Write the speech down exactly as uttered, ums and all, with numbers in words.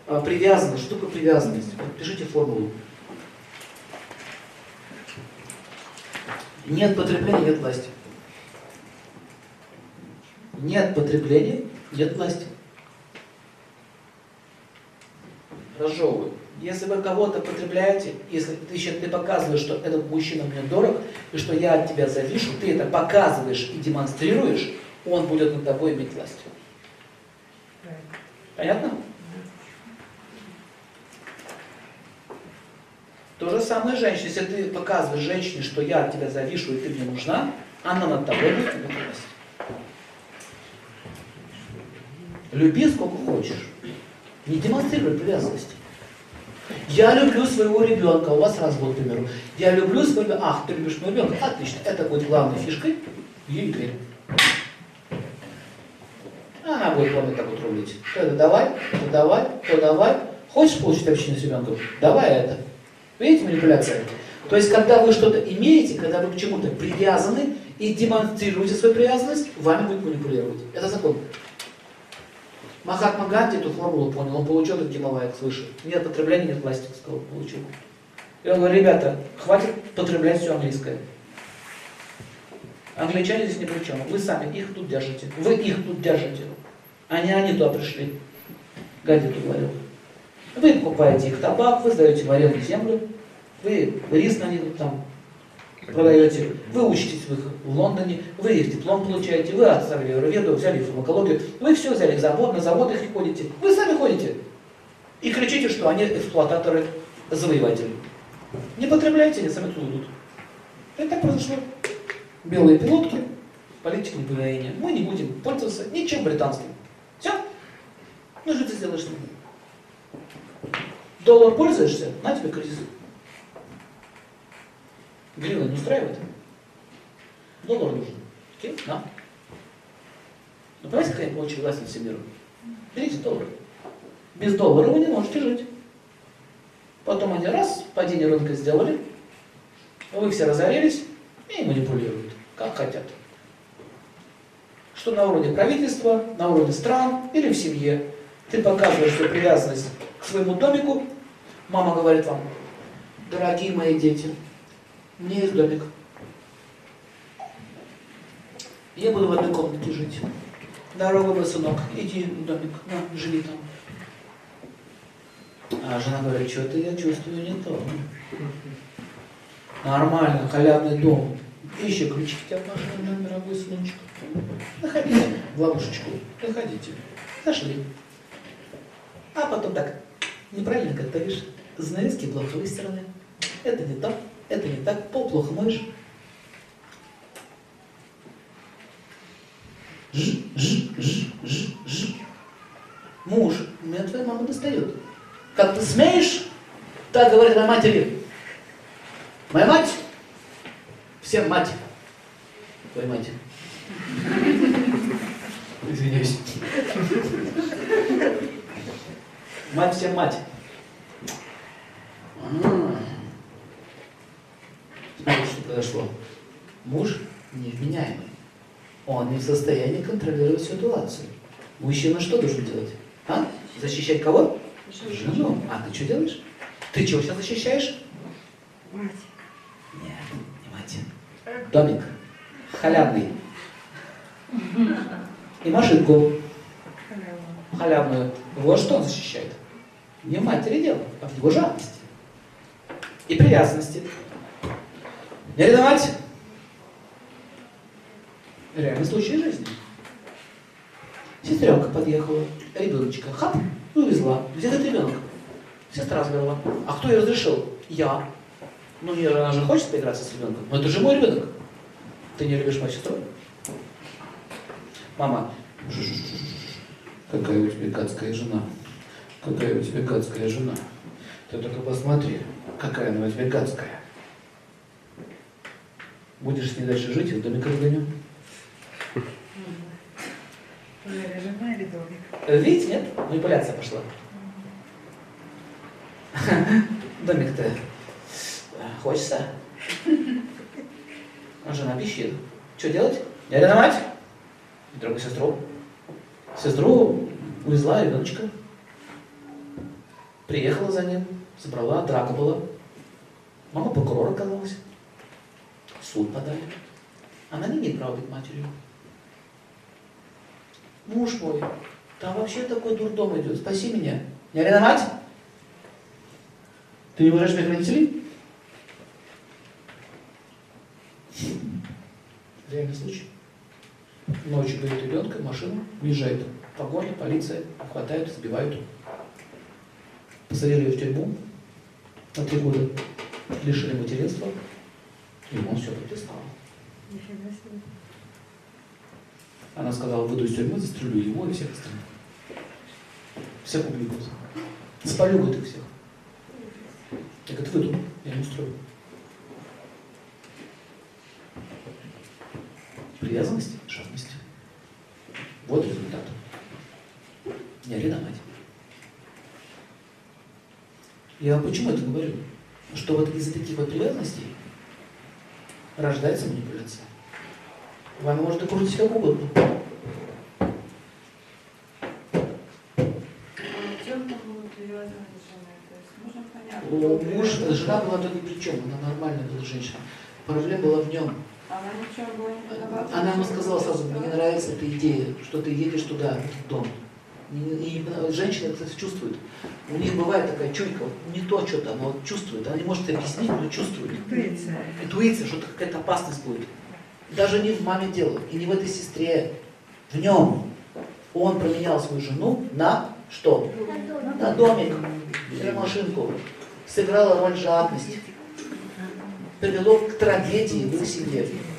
Привязанность. Что такое привязанность? Вот пишите формулу. Нет потребления, нет власти. Нет потребления, нет власти. Разжевываю. Если вы кого-то потребляете, если ты еще ты показываешь, что этот мужчина мне дорог, и что я от тебя завишу, ты это показываешь и демонстрируешь, он будет над тобой иметь власть. Понятно? То же самое женщина. Если ты показываешь женщине, что я от тебя завишу, и ты мне нужна, она над тобой будет иметь власть. Люби сколько хочешь. Не демонстрируй привязанности. Я люблю своего ребенка, у вас развод, к примеру. Я люблю своего ребенка. Ах, ты любишь моего ребенка? Отлично. Это будет главной фишкой в ее игре. Она будет вам так вот рулить. То это давай, то давай, то давай. Хочешь получить общение с ребенком? Давай это. Видите манипуляция? То есть, когда вы что-то имеете, когда вы к чему-то привязаны и демонстрируете свою привязанность, вами будет манипулировать. Это закон. Махатма Ганди эту формулу понял, он получил этот Гималаях свыше. Нет потребления, нет власти, сказал, получил. И он говорит, ребята, хватит потреблять все английское. Англичане здесь ни при чем. Вы сами их тут держите. Вы их тут держите. А не они туда пришли. Ганди тут говорил. Вы покупаете их табак, вы сдаете в аренду землю, вы рис на них там продаете, вы учитесь в, их, в Лондоне, вы их диплом получаете, вы оставили аюрведу, взяли фармакологию, вы все взяли завод, на завод их ходите, вы сами ходите. И кричите, что они эксплуататоры, завоеватели. Не потребляйте, они сами туда идут. Это так произошло. Белые пилотки, политика неповиновения. Мы не будем пользоваться ничем британским. Все. Ну что ты сделаешь? Доллар пользуешься, на тебе кризис. Гривна не устраивает? Доллар нужен. Окей? На. Ну, понимаете, какая получила власть над всем миром? Берите доллар. Без доллара вы не можете жить. Потом они раз, падение рынка сделали, вы все разорились и манипулируют, как хотят. Что на уровне правительства, на уровне стран или в семье. Ты показываешь свою привязанность к своему домику, мама говорит вам, дорогие мои дети, у меня есть домик. Я буду в одной комнате жить. Дорогой мой сынок, иди в домик, на, живи там. А жена говорит, что-то я чувствую не то. Нормально, халявный дом. Ищи ключики от машины, дорогой сыночек. Заходите в ловушечку, заходите. Зашли. А потом так, неправильно готовишь, занавески плохой стороны. Это не так, это не так, пол плохо моешь. Ж, ж, ж, ж, ж. Муж, меня твоя мама достает. Как ты смеешь так говорить моей матери? Моя мать, всем мать. Твоя мать. Извиняюсь. Мать всем мать. Смотрите, что произошло. Муж невменяемый. Он не в состоянии контролировать ситуацию. Мужчина что должен делать? А? Защищать кого? Жену. А ты что делаешь? Ты чего сейчас защищаешь? Мать. Нет, не мать. Домик. Халявный. И машинку. Халявную. Вот что он защищает. Не в матери дело, а в его жадности. И привязанности. Не ревновать. Реальный случай жизни. Сестренка подъехала, ребеночка, хап, и увезла. Где этот ребенок? Сестра сберла. А кто ей разрешил? Я. Ну, она же хочет поиграться с ребенком. Но это же мой ребенок. Ты не любишь мою сестру? Мама. Какая у тебя гадская жена. Какая у тебя гадская жена. Ты только посмотри, какая она у тебя гадская. Будешь с ней дальше жить, и в домик разгоню. Жена или домик? Видите, нет? Манипуляция пошла. Домик-то хочется. А жена пищит. Что делать? Не ревновать? И другую сестру. Сестру увезла ребеночка. Приехала за ним, собрала, драка была. Мама прокурора оказалась. В суд подали. Она не имеет права быть матерью. Муж мой, там вообще такой дурдом идет. Спаси меня. Не Арина мать? Ты не уважаешь моих родителей? Реальный случай. Ночью берет ребенка, машину, уезжает. Погоня, полиция, хватают, сбивают. Посадили ее в тюрьму. На три года лишили материнства. И он все протестовал. Нифига себе. Она сказала, выйду из тюрьмы, застрелю его и всех остальных. Всех убью. Спалю, говорит, их всех. Я говорю, выйду, я не устрою. Привязанность, жадность. Вот результат. Не Арина мать. Я почему это говорю? Что вот из-за таких вот привязанностей рождается манипуляция. Вами может окрутить как угодно. Ну, муж, жена была тут ни при чем, она нормальная была женщина. Проблема была в нем. Она ничего была не виновата. Она ему сказала сразу, мне не нравится эта идея, что ты едешь туда, в этот дом. И, и женщина, кстати, чувствует. У них бывает такая чуйка, не то что-то, она вот чувствует. Она не может объяснить, но чувствует. Интуиция. Интуиция, что какая-то опасность будет. Даже не в маме дело, и не в этой сестре. В нем. Он променял свою жену на что? На домик, на машинку. Сыграла роль жадности. Привело к трагедии в их семье.